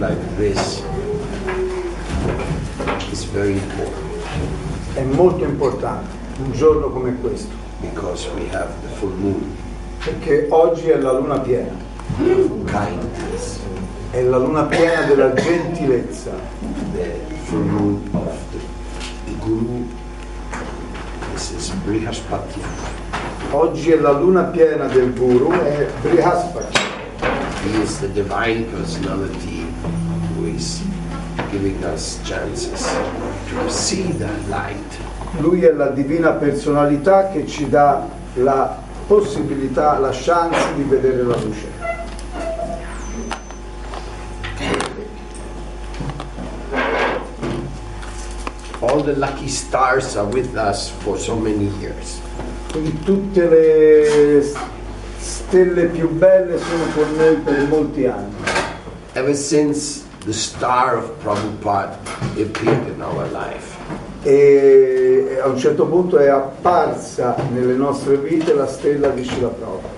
like this is very important. È molto importante, un giorno come questo, Because we have the full moon. perché oggi è la luna piena, Kindness. è la luna piena della gentilezza, The full moon of the Guru. This is Brihaspati. oggi è la luna piena del Guru, è Brihaspati, He is the divine personality who is giving us chances to see that light. lui è la divina personalità che ci dà la possibilità, la chance di vedere la luce. All the lucky stars are with us for so many years. Quindi tutte le stelle più belle sono con noi per molti anni. Ever since the star of Prabhupada appeared in our life. E a un certo punto è apparsa nelle nostre vite la stella di Srila Prabhupada.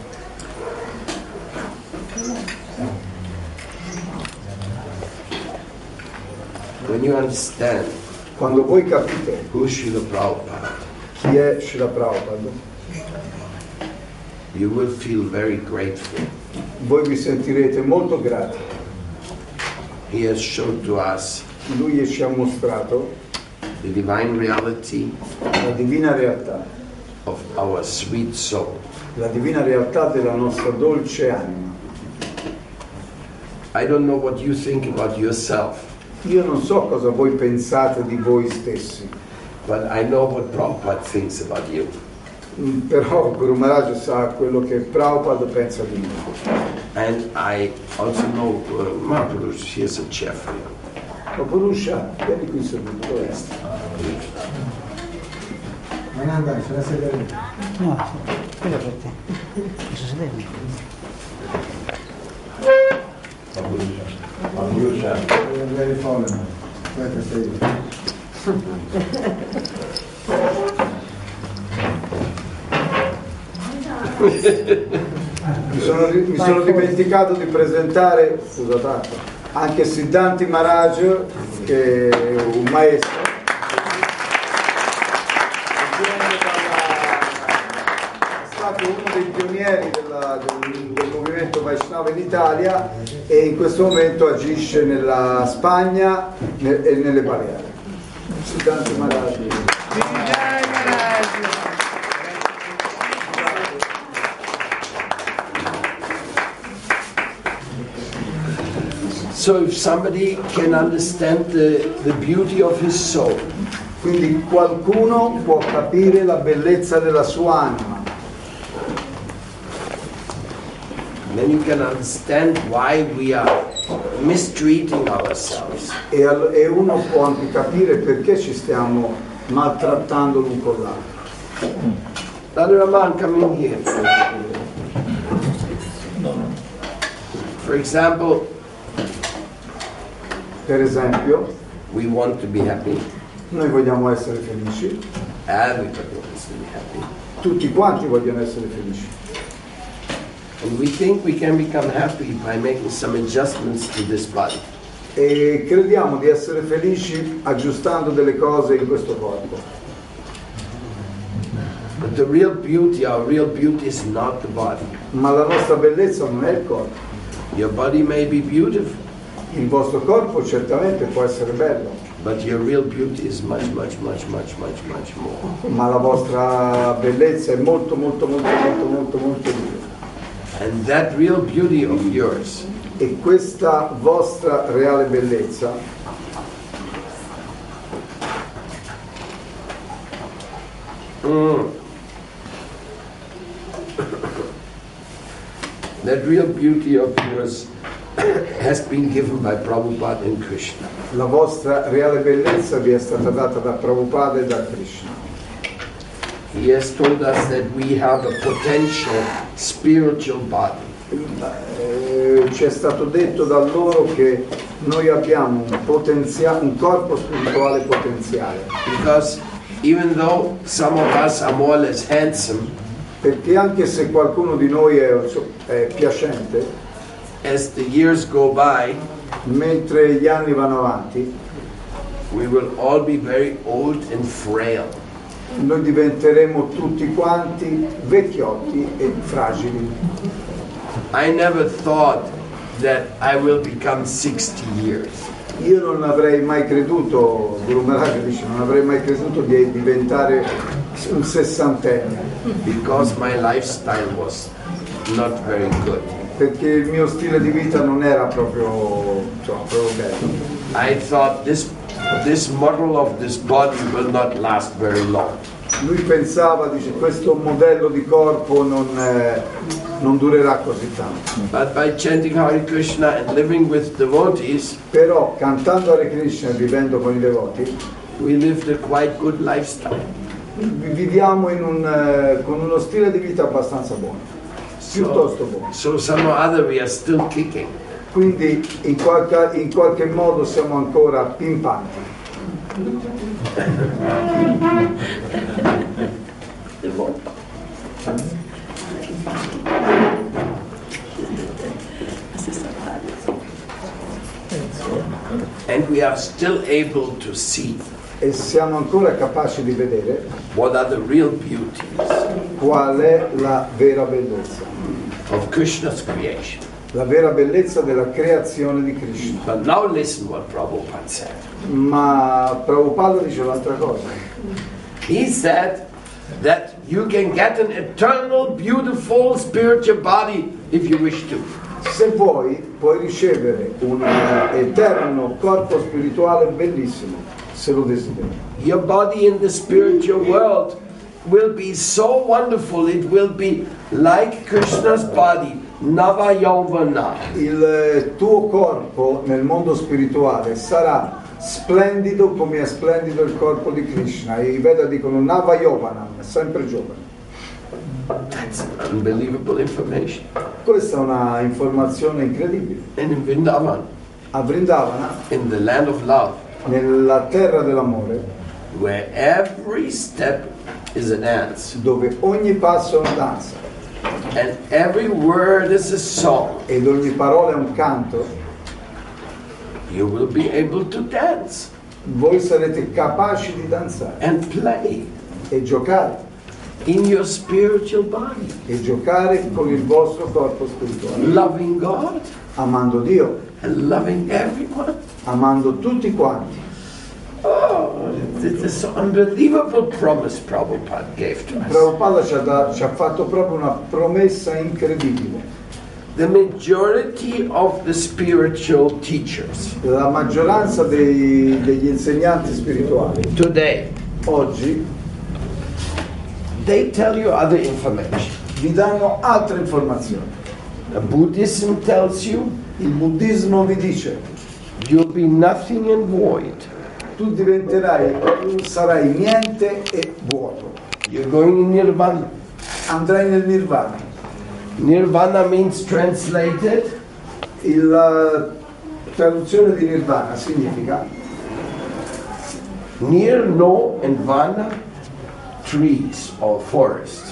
When you understand Quando voi capite who Srila Prabhupada, chi è Srila Prabhupada, you will feel very grateful. voi vi sentirete molto grati. He has shown to us Lui ci ha mostrato the divine reality la divina realtà, of our sweet soul. la divina realtà della nostra dolce anima. I don't know what you think about yourself, Io non so cosa voi pensate di voi stessi, but I know what Prabhupada thinks about you. però Guru Maharaj sa quello che Prabhupada pensa di me. And I also know Mahapurush, here's a chair for you. Ma Purusha, vieni qui seduto. Non andare, c'è la sedia lì. No, quello per te. Posso sedermi? Devi andare in folle. Aspetta, stai lì. Mi sono dimenticato di presentare, scusate, anche Siddhanti Maharaj, che è un maestro. È stato uno dei pionieri del movimento Vaishnava in Italia e in questo momento agisce nella Spagna e nelle Baleari. Siddhanti Maharaj. So if somebody can understand the beauty of his soul, Quindi qualcuno può capire la bellezza della sua anima, then you can understand why we are mistreating ourselves. e uno può anche capire perché ci stiamo maltrattando l'un con l'altro. Radharaman, come in here. For example, Per esempio, we want to be happy. noi vogliamo essere felici, Everybody wants to be happy. tutti quanti vogliono essere felici. And we think we can become happy by making some adjustments to this body. E crediamo di essere felici aggiustando delle cose in questo corpo. But the real beauty, our real beauty is not the body. Ma la nostra bellezza non è il corpo. Your body may be beautiful, Il vostro corpo certamente può essere bello, but your real beauty is much, much, much, much, much, much more. ma la vostra bellezza è molto, molto, molto, molto, molto, molto di più. And that real beauty of yours E questa vostra reale bellezza that real beauty of yours has been given by Prabhupada and Krishna. la vostra reale bellezza vi è stata data da Prabhupada e da Krishna. He has told us that we have a potential spiritual body. Ci è stato detto da loro che noi abbiamo un corpo spirituale potenziale, Because even though some of us are more or less handsome, perché anche se qualcuno di noi è piacente, as the years go by, mentre gli anni vanno avanti, we will all be very old and frail. noi diventeremo tutti quanti vecchiotti e fragili. I never thought that I will become 60 years. Io non avrei mai creduto, Guru Maharaj dice, non avrei mai creduto di diventare un sessantenne, Because my lifestyle was not very good. perché il mio stile di vita non era proprio bello. I thought this model of this body will not last very long. Lui pensava, dice, questo modello di corpo non durerà così tanto. But by chanting Hare Krishna and living with devotees, Però cantando Hare Krishna e vivendo con i devoti, we lived a quite good lifestyle. viviamo con uno stile di vita abbastanza buono, piuttosto buono. So somehow or other we are still kicking. Quindi in qualche modo siamo ancora pimpanti. And we are still able to see E siamo ancora capaci di vedere what are the real beauties qual è la vera bellezza, of Krishna's creation. la vera bellezza della creazione di Krishna. But now listen what Prabhupada said. Ma Prabhupada dice un'altra cosa. He said that you can get an eternal, beautiful spiritual body if you wish to. Se vuoi, puoi ricevere un eterno corpo spirituale bellissimo, se lo desideri. Your body in the spiritual world will be so wonderful, it will be like Krishna's body, Nava Yauvana. Il tuo corpo nel mondo spirituale sarà splendido come è splendido il corpo di Krishna. I Veda dicono Nava Yovanam, sempre giovane. That's unbelievable information. Questa è una informazione incredibile. And in Vrindavan, A Vrindavana, in the land of love, nella terra dell'amore, where every step is a dance dove ogni passo è una danza and every word is a song, ed ogni parola è un canto, you will be able to dance voi sarete capaci di danzare and play e giocare in your spiritual body, con il vostro corpo spirituale, loving God amando Dio, and loving everyone. amando tutti quanti. Oh, this unbelievable promise Prabhupada gave to us. Prabhupada ci ha fatto proprio una promessa incredibile. The majority of the spiritual teachers La maggioranza degli insegnanti spirituali today, oggi they tell you other information. vi danno altre informazioni. The Buddhism tells you Il buddismo vi dice you'll be nothing and void. tu sarai niente e vuoto, You're going in nirvana. andrai nel nirvana. Nirvana means translated La traduzione di nirvana significa nir, no, and vana, trees or forest.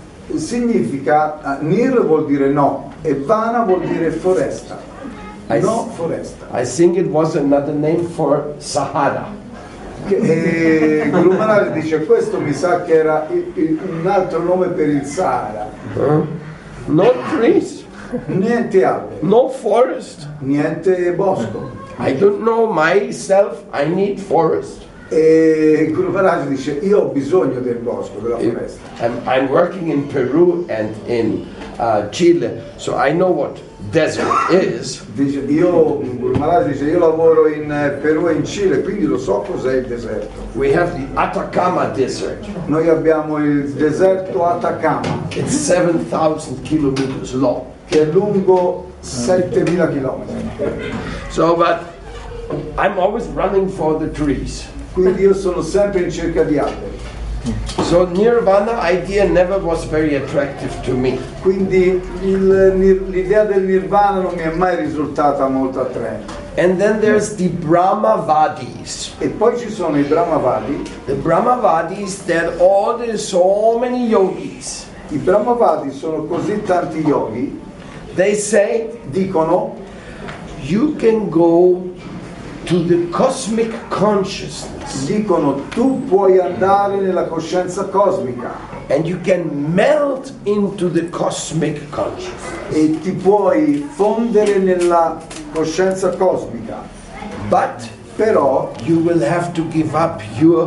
nir vuol dire no e vana vuol dire foresta. No, foresta. I think it was another name for Sahara. Guru Maharaj dice questo mi sa che era un altro nome per il Sahara. No trees, Niente alberi, no forest. niente bosco. I don't know myself, I need forest. E Guru Maharaj dice io ho bisogno del bosco, della foresta. I'm working in Peru and in Chile, so I know what desert is. Dice, Guru Maharaj dice io lavoro in Perù e in Cile, quindi lo so cos'è il deserto. We have the Atacama Desert. Noi abbiamo il deserto Atacama, It's 7,000 kilometers long. che è lungo 7.000 chilometri. So, but I'm always running for the trees. Quindi io sono sempre in cerca di alberi. So Nirvana idea never was very attractive to me. Quindi l'idea del nirvana non mi è mai risultata molto attraente. And then there's the Brahmavadis. E poi ci sono i Brahmavadi. The Brahmavadis, that all there's so many yogis. I Brahmavadi sono così tanti yogi, They say dicono you can go to the cosmic consciousness Dicono tu puoi andare nella coscienza cosmica and you can melt into the cosmic consciousness. e ti puoi fondere nella coscienza cosmica, But però you will have to give up your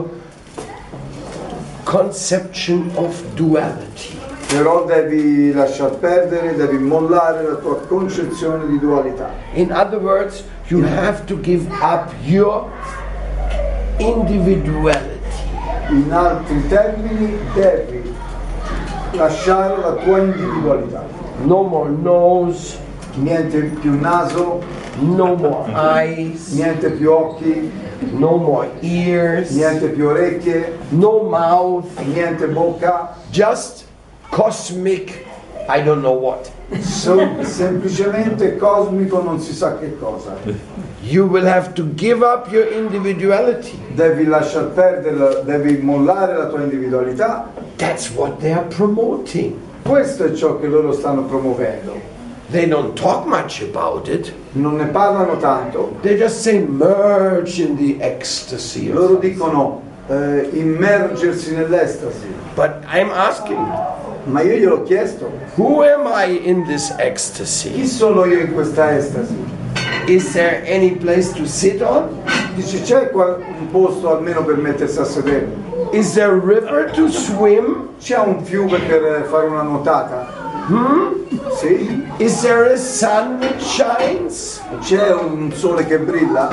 conception of duality. devi lasciar perdere, devi mollare la tua concezione di dualità. In other words, you have to give up your individuality. In altri termini, devi lasciare la tua individualità. No more nose, Niente più naso, no more eyes, niente più occhi, no more ears, niente più orecchie, no mouth, niente bocca, just cosmic, I don't know what. semplicemente cosmico non si sa che cosa. You will have to give up your individuality. Devi lasciar perdere, devi mollare la tua individualità. That's what they are promoting. Questo è ciò che loro stanno promuovendo. They don't talk much about it. Non ne parlano tanto. They just say merge in the ecstasy. Loro dicono immergersi nell'estasi. But I'm asking, Ma io gliel'ho chiesto, who am I in this chi ecstasy? sono io in questa estasi? Is there any place to sit on? Dice c'è un posto almeno per mettersi a sedere? Is there a river to swim? C'è un fiume per fare una nuotata? Sì? Is there a sun that shines? C'è un sole che brilla?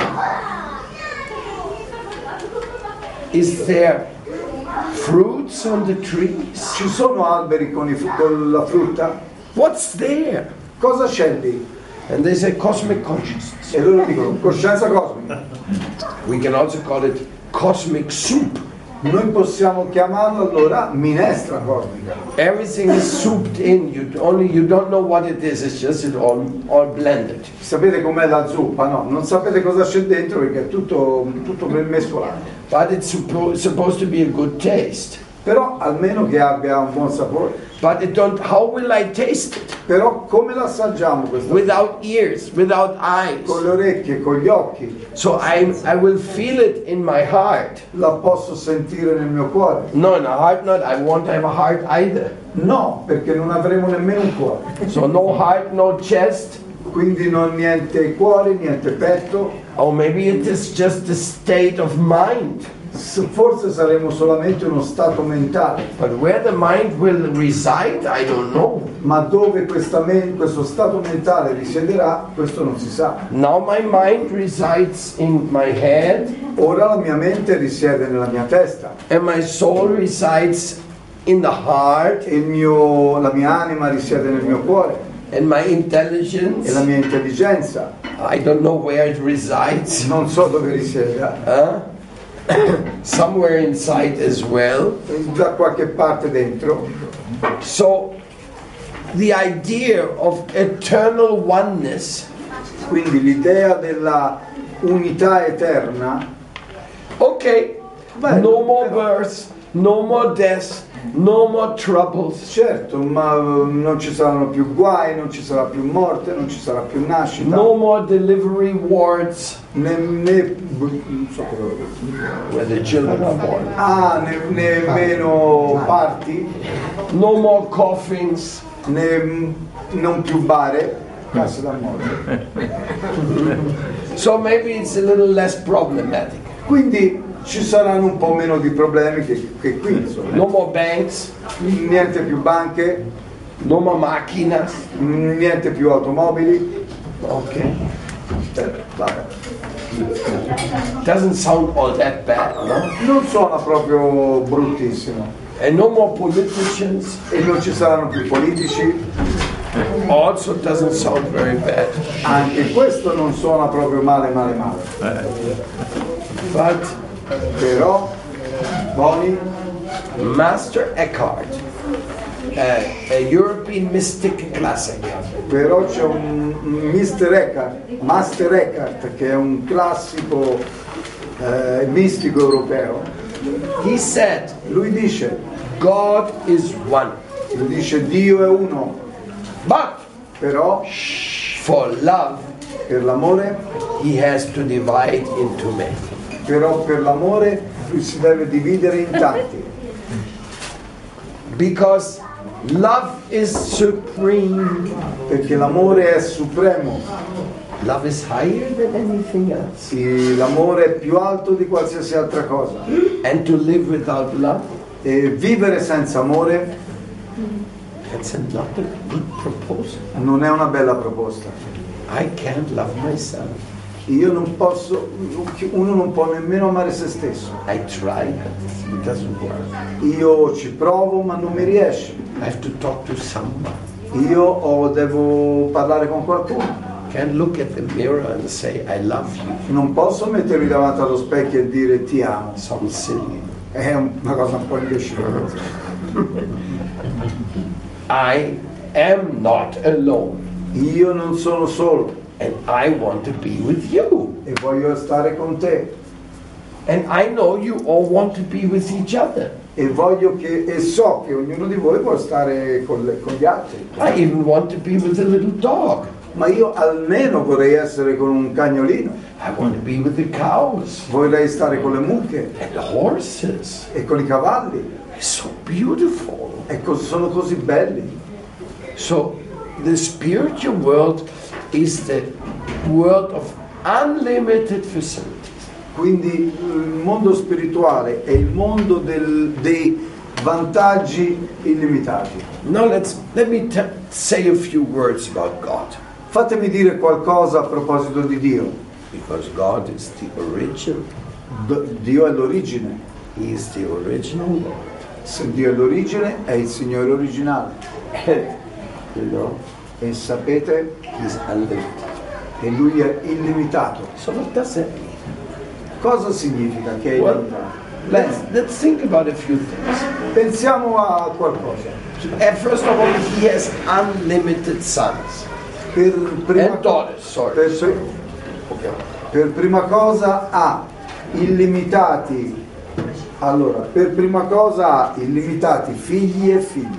Is there fruits on the trees? Ci sono alberi con la frutta? What's there? Cosa c'è lì? And they say cosmic consciousness. E loro dicono coscienza cosmica. We can also call it cosmic soup. Noi possiamo chiamarlo allora minestra cosmica. Everything is souped in. You don't know what it is. It's just it all blended. Sapete com'è la zuppa? No, non sapete cosa c'è dentro perché è tutto mescolato. But it's supposed to be a good taste. Però almeno che abbia un buon sapore. But how will I taste it? Però come l'assaggiamo questa? Without ears, without eyes. Con le orecchie, con gli occhi. So I will feel it in my heart. La posso sentire nel mio cuore? No, in a heart not. I won't have a heart either. No, perché non avremo nemmeno un cuore. So no heart, no chest. Quindi non niente cuore, niente petto. Or maybe it is just a state of mind. Forse saremo solamente uno stato mentale. But where the mind will reside, I don't know. Ma dove questo stato mentale risiederà, questo non si sa. Now my mind resides in my head. Ora la mia mente risiede nella mia testa. And my soul resides in the heart. E la mia anima risiede nel mio cuore. And my intelligence, E la mia intelligenza. I don't know where it resides. Non so dove risieda. Somewhere inside as well. Da qualche parte dentro. So the idea of eternal oneness, Quindi l'idea della unità eterna. okay, Beh, no more però- birth, no more death, no more troubles. Certo, ma non ci saranno più guai, non ci sarà più morte, non ci sarà più nascita, No more delivery wards non so cosa where the children are born. nemmeno parti, No more coffins. non più bare, case da morte. So maybe it's a little less problematic. Quindi ci saranno un po' meno di problemi che qui, insomma. No more banks, Niente più banche, no more machinas. niente più automobili. Okay. Vabbè. Doesn't sound all that bad, no? Non suona proprio bruttissimo. And no more politicians. E non ci saranno più politici. Also doesn't sound very bad. Anche questo non suona proprio male. But Però, Boni, Master Eckhart, a European mystic classic, però c'è un Master Eckhart, che è un classico mistico europeo. he said, Lui dice one. Dio è uno, But però for love, Per l'amore, he has to divide into many. però per l'amore lui si deve dividere in tanti. Because love is supreme. Perché l'amore è supremo. Love is higher than anything else. Sì, l'amore è più alto di qualsiasi altra cosa. And to live without love, E vivere senza amore that's not a good proposal. non è una bella proposta. I can't love myself. Io non posso, uno non può nemmeno amare se stesso. I try, but it doesn't work. Io ci provo ma non mi riesce. I have to talk to someone. Devo parlare con qualcuno. Can't look at the mirror and say, I love you. Non posso mettermi davanti allo specchio e dire ti amo. Sounds silly. È una cosa un po' imbecille. I am not alone. Io non sono solo And I want to be with you. e voglio stare con te. And I know you all want to be with each other. E so che ognuno di voi vuole stare con gli altri. I even want to be with a little dog. Ma io almeno vorrei essere con un cagnolino. I want to be with the cows Vorrei stare con le mucche and the horses. e con i cavalli. It's so beautiful. Sono così belli. So the spiritual world is the world of unlimited facilities. Quindi il mondo spirituale è il mondo dei vantaggi illimitati. Now let me say a few words about God. Fatemi dire qualcosa a proposito di Dio. Because God is the origin. Dio è l'origine. He is the original Lord. Se Dio è l'origine, è il Signore originale. And, you know, E sapete, He's unlimited. che Lui è illimitato. So what does that mean? Cosa significa che è Well, illimitato? let's think about a few things. Pensiamo a qualcosa. First of all, He has unlimited sons and daughters. Sorry. Per prima cosa ha illimitati. Allora, per prima cosa ha illimitati figli e figlie.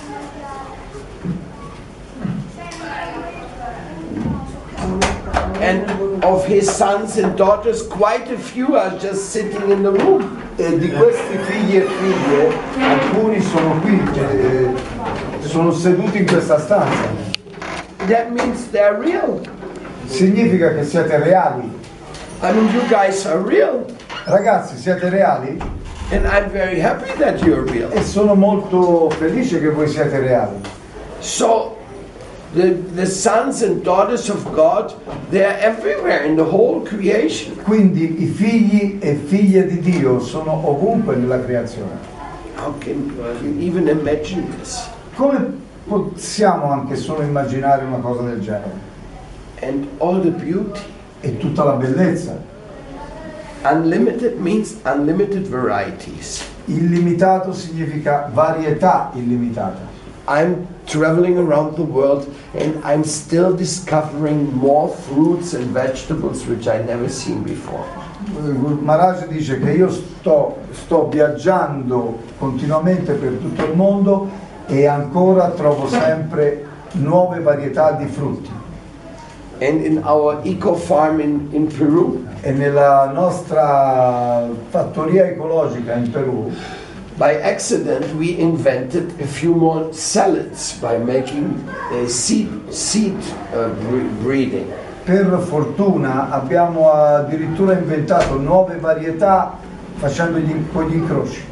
And of His sons and daughters, quite a few are just sitting in the room. E di questi figli e figlie, alcuni sono qui, sono seduti in questa stanza. That means they're real. Significa che siete reali. I mean, you guys are real. Ragazzi, siete reali? And I'm very happy that you're real. E sono molto felice che voi siete reali. So, the sons and daughters of God, they're everywhere in the whole creation. Quindi i figli e figlie di Dio sono ovunque nella creazione. How can you even imagine this? Come possiamo anche solo immaginare una cosa del genere? And all the beauty. E tutta la bellezza. Unlimited means unlimited varieties. Illimitato significa varietà illimitata. I'm traveling around the world and I'm still discovering more fruits and vegetables which I never seen before. Maharaj dice che io sto viaggiando continuamente per tutto il mondo e ancora trovo sempre nuove varietà di frutti. And in our eco farm in Peru, E nella nostra fattoria ecologica in Perù, by accident we invented a few more salads by making seed breeding. per fortuna abbiamo addirittura inventato nuove varietà facendo gli incroci.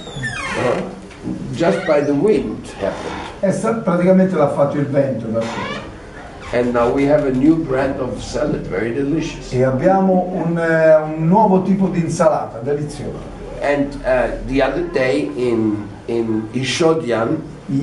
Just by the wind happened. Praticamente l'ha fatto il vento da solo. And now we have a new brand of salad, very delicious. E abbiamo un nuovo tipo di insalata, deliziosa. And the other day in Ishodian,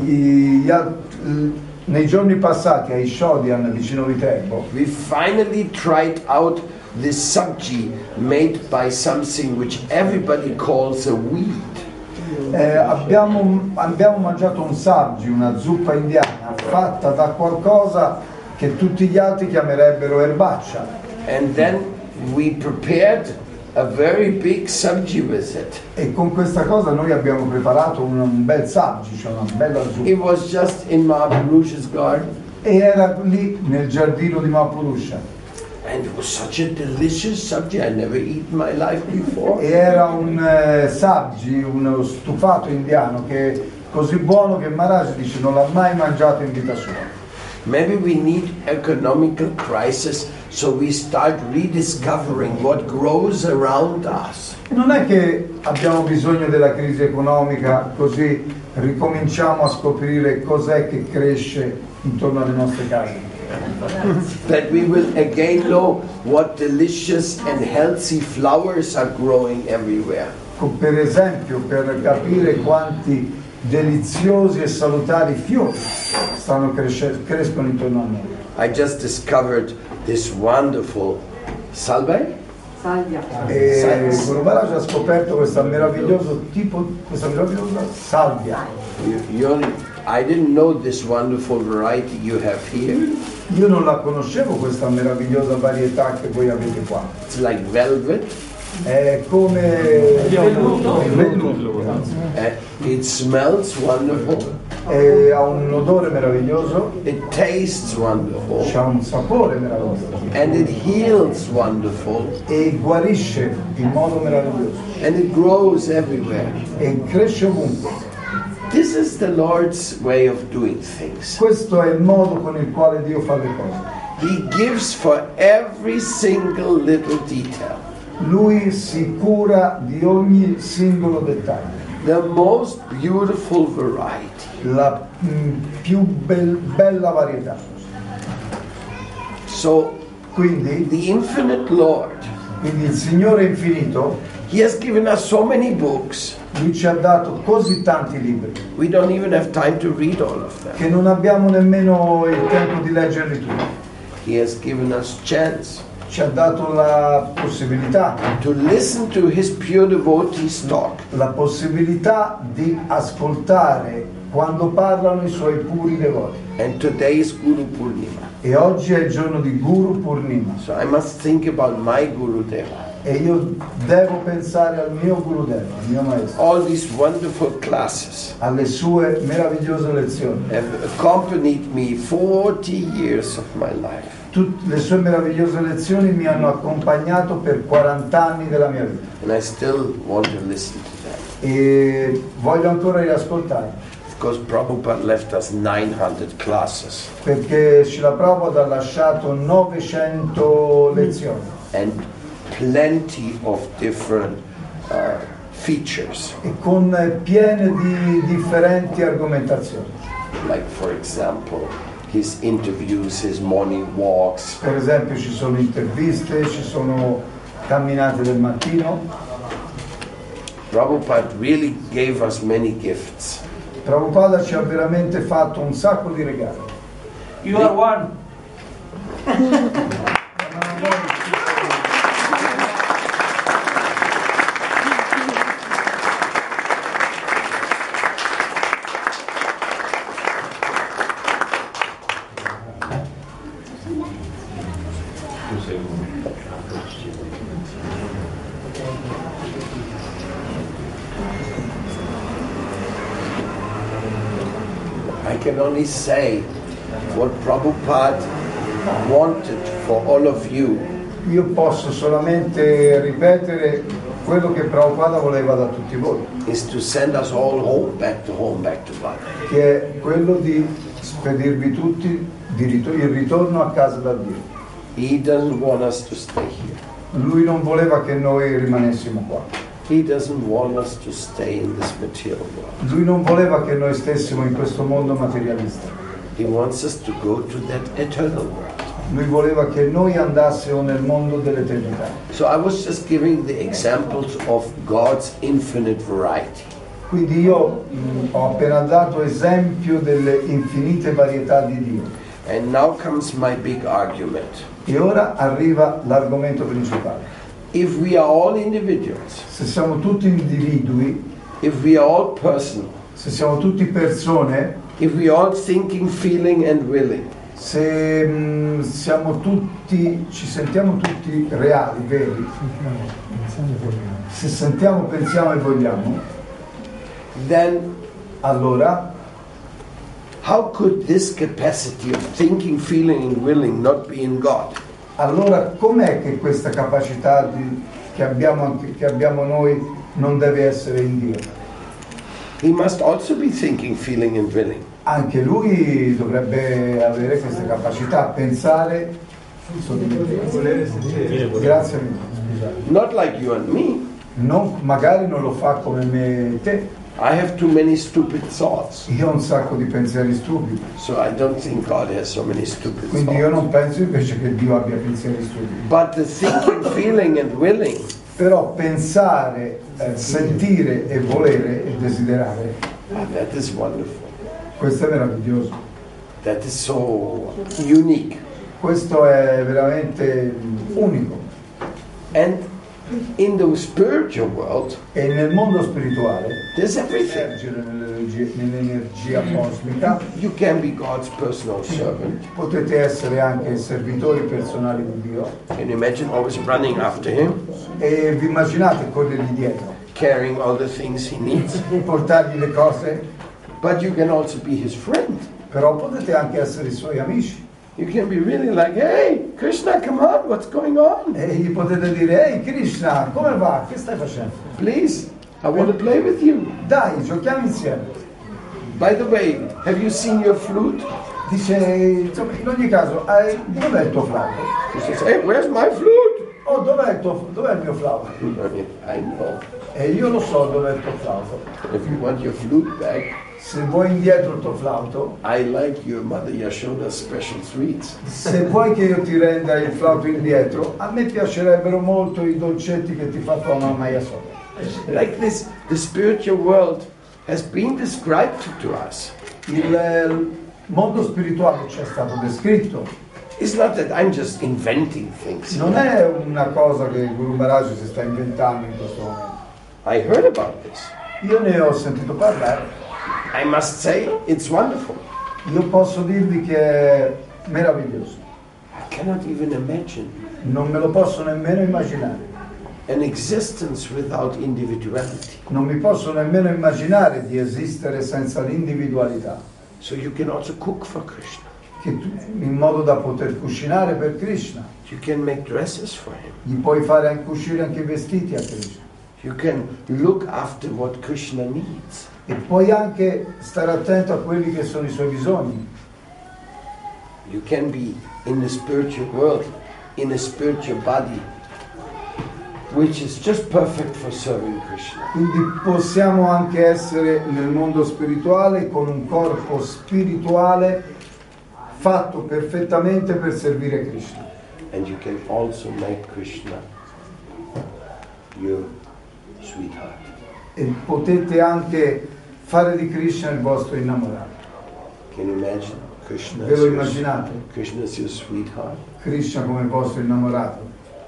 Nei giorni passati a Ishodian, vicino Viterbo, we finally tried out this sabji made by something which everybody calls a weed. abbiamo mangiato un sabji, una zuppa indiana, fatta da qualcosa che tutti gli altri chiamerebbero erbaccia. And then we prepared a very big sabji with it. E con questa cosa noi abbiamo preparato un bel sabji, cioè una bella zuppa. It was just in Mahaprabhu's garden. E era lì nel giardino di Mahaprabhu. And it was such a delicious sabji. I never eaten my life before. E era un sabji, uno stufato indiano che è così buono che Maharaj dice non l'ha mai mangiato in vita sua. Maybe we need economical crisis, so we start rediscovering what grows around us. Non è che abbiamo bisogno della crisi economica, così ricominciamo a scoprire cos'è che cresce intorno alle nostre case. That we will again know what delicious and healthy flowers are growing everywhere. Per esempio, per capire quanti deliziosi e salutari fiori crescono intorno a noi. I just discovered this wonderful salve. E Guru Maharaj ha scoperto questa meravigliosa salvia. I didn't know this wonderful variety you have here. Io non la conoscevo questa meravigliosa varietà che voi avete qua. It's like velvet. È come velluto. It smells wonderful. E ha un odore meraviglioso. It tastes wonderful. Ha un sapore meraviglioso. And it heals wonderful. E guarisce in modo meraviglioso. And it grows everywhere. E cresce ovunque. This is the Lord's way of doing things. Questo è il modo con il quale Dio fa le cose. He gives for every single little detail. Lui si cura di ogni singolo dettaglio. The most beautiful variety. La più bella varietà. So, Quindi the infinite Lord, il Signore infinito, He has given us so many books. Lui ci ha dato così tanti libri We don't even have time to read all of them. che non abbiamo nemmeno il tempo di leggerli tutti. He has given us chance Ci ha dato la possibilità, to listen to His pure devotees talk. la possibilità di ascoltare quando parlano i suoi puri devoti. And today is Guru Purnima. E oggi è il giorno di Guru Purnima. So I must think about my Guru Deva. E io devo pensare al mio Gurudeva, al mio maestro, All these wonderful classes alle sue meravigliose lezioni. have accompanied me 40 years of my life. Le sue meravigliose lezioni mi hanno accompagnato per 40 anni della mia vita. And I still want to listen to them. E voglio ancora riascoltare, Because Prabhupada left us 900 classes. perché Srila Prabhupada ha lasciato 900 lezioni And plenty of different features. e con piene di differenti argomentazioni. Like, for example, his interviews, his morning walks. Per esempio ci sono interviste, ci sono camminate del mattino. Prabhupada really gave us many gifts. Prabhupada ci ha veramente fatto un sacco di regali. You are one. I can only say what Prabhupada wanted for all of you Io posso solamente ripetere quello che Prabhupada voleva da tutti voi, is to send us all home, back to Bhakti. che è quello di spedirvi tutti il ritorno a casa da Dio. He doesn't want us to stay here. Lui non voleva che noi rimanessimo qua. He doesn't want us to stay in this material world. Lui non voleva che noi stessimo in questo mondo materialista. He wants us to go to that eternal world. Lui voleva che noi andassimo nel mondo dell'eternità. So I was just giving the examples of God's infinite variety. Quindi io ho appena dato esempio delle infinite varietà di Dio. And now comes my big argument. E ora arriva l'argomento principale. If we are all individuals, Se siamo tutti individui, if we are all personal, se siamo tutti persone, if we are all thinking, feeling and willing, se siamo tutti, ci sentiamo tutti reali, veri, se sentiamo, pensiamo e vogliamo, then allora how could this capacity of thinking, feeling and willing not be in God? allora com'è che questa capacità che abbiamo noi non deve essere in Dio? He must also be thinking, feeling and willing. Anche lui dovrebbe avere questa capacità, pensare, grazie mille, scusate. Not like you and me. Magari non lo fa come me e te. I have too many stupid thoughts. Io ho un sacco di pensieri stupidi, So I don't think God has so many stupid quindi io thoughts. non penso invece che Dio abbia pensieri stupidi. But the thinking, feeling and willing, Però pensare, sentire e volere e desiderare, that is wonderful. questo è meraviglioso. That is so unique. Questo è veramente unico. And in the spiritual world, E nel mondo spirituale, there's everything. nell'energia cosmica, You can be God's personal servant. potete essere anche servitori personali di Dio. Can you imagine always running after Him, E vi immaginate corrergli dietro, carrying all the things He needs? portargli le cose, But you can also be His friend. però potete anche essere i suoi amici. You can be really like, hey, Krishna, come on, what's going on? E gli potete dire, ehi Krishna, come va? Che stai facendo? Please, I want to play with you. Dai, giochiamo insieme. By the way, have you seen your flute? Dice, insomma, in ogni caso, dov'è il tuo flauto? He says, hey, where's my flute? Oh, dov'è il mio flauto? I know. E io lo so dov'è il tuo flauto. If you want your flute back, Se vuoi indietro il tuo flauto, I like your mother Yashoda's special sweets. se vuoi che io ti renda il flauto indietro, a me piacerebbero molto i dolcetti che ti fa tua mamma Yasoda. Like this, the spiritual world has been described to us. Il mondo spirituale ci è stato descritto. It's not that I'm just inventing things. Non è una cosa che il Guru Maharaj si sta inventando in questo momento. I heard about this. Io ne ho sentito parlare. I must say, it's wonderful. Io posso dirvi che è meraviglioso. I cannot even imagine Non me lo posso nemmeno immaginare. an existence without individuality. Non mi posso nemmeno immaginare di esistere senza l'individualità. So you can also cook for Krishna. In modo da poter cucinare per Krishna. You can make dresses for him. Gli puoi fare cucire anche i vestiti a Krishna. You can look after what Krishna needs. E puoi anche stare attento a quelli che sono i suoi bisogni. You can be in the spiritual world, in a spiritual body, which is just perfect for serving Krishna. Quindi possiamo anche essere nel mondo spirituale con un corpo spirituale fatto perfettamente per servire Krishna. And you can also make Krishna your sweetheart. E potete anche fare di Krishna il vostro innamorato. Can you imagine? Krishna Ve lo immaginate? Krishna is your sweetheart. Krishna come il vostro innamorato.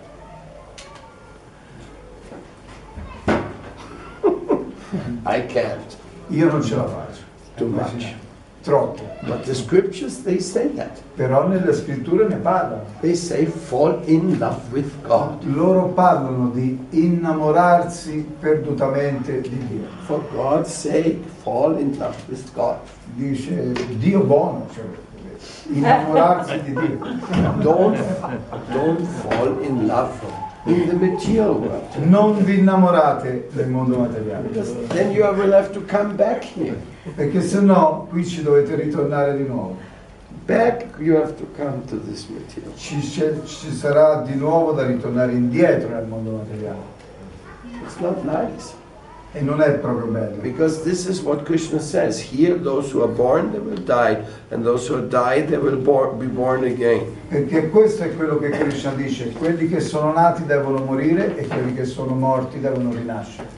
I can't. Io non ce la faccio. Too much. Troppo. But the scriptures, they say that. Però nelle scritture ne parlano. They say fall in love with God. Loro parlano di innamorarsi perdutamente di Dio. For God's sake, fall in love with God. Dice Dio buono, cioè innamorarsi di Dio. Don't fall in love in the material world. Non vi innamorate del mondo materiale, Then you will have to come back here. perché se no qui ci dovete ritornare di nuovo. Back, you have to come to this material. Ci sarà di nuovo da ritornare indietro nel mondo materiale. It's not nice. E non è proprio bello. Because this is what Krishna says. Here, those who are born, they will die. And those who die, they will be born again. Perché questo è quello che Krishna dice. Quelli che sono nati devono morire e quelli che sono morti devono rinascere.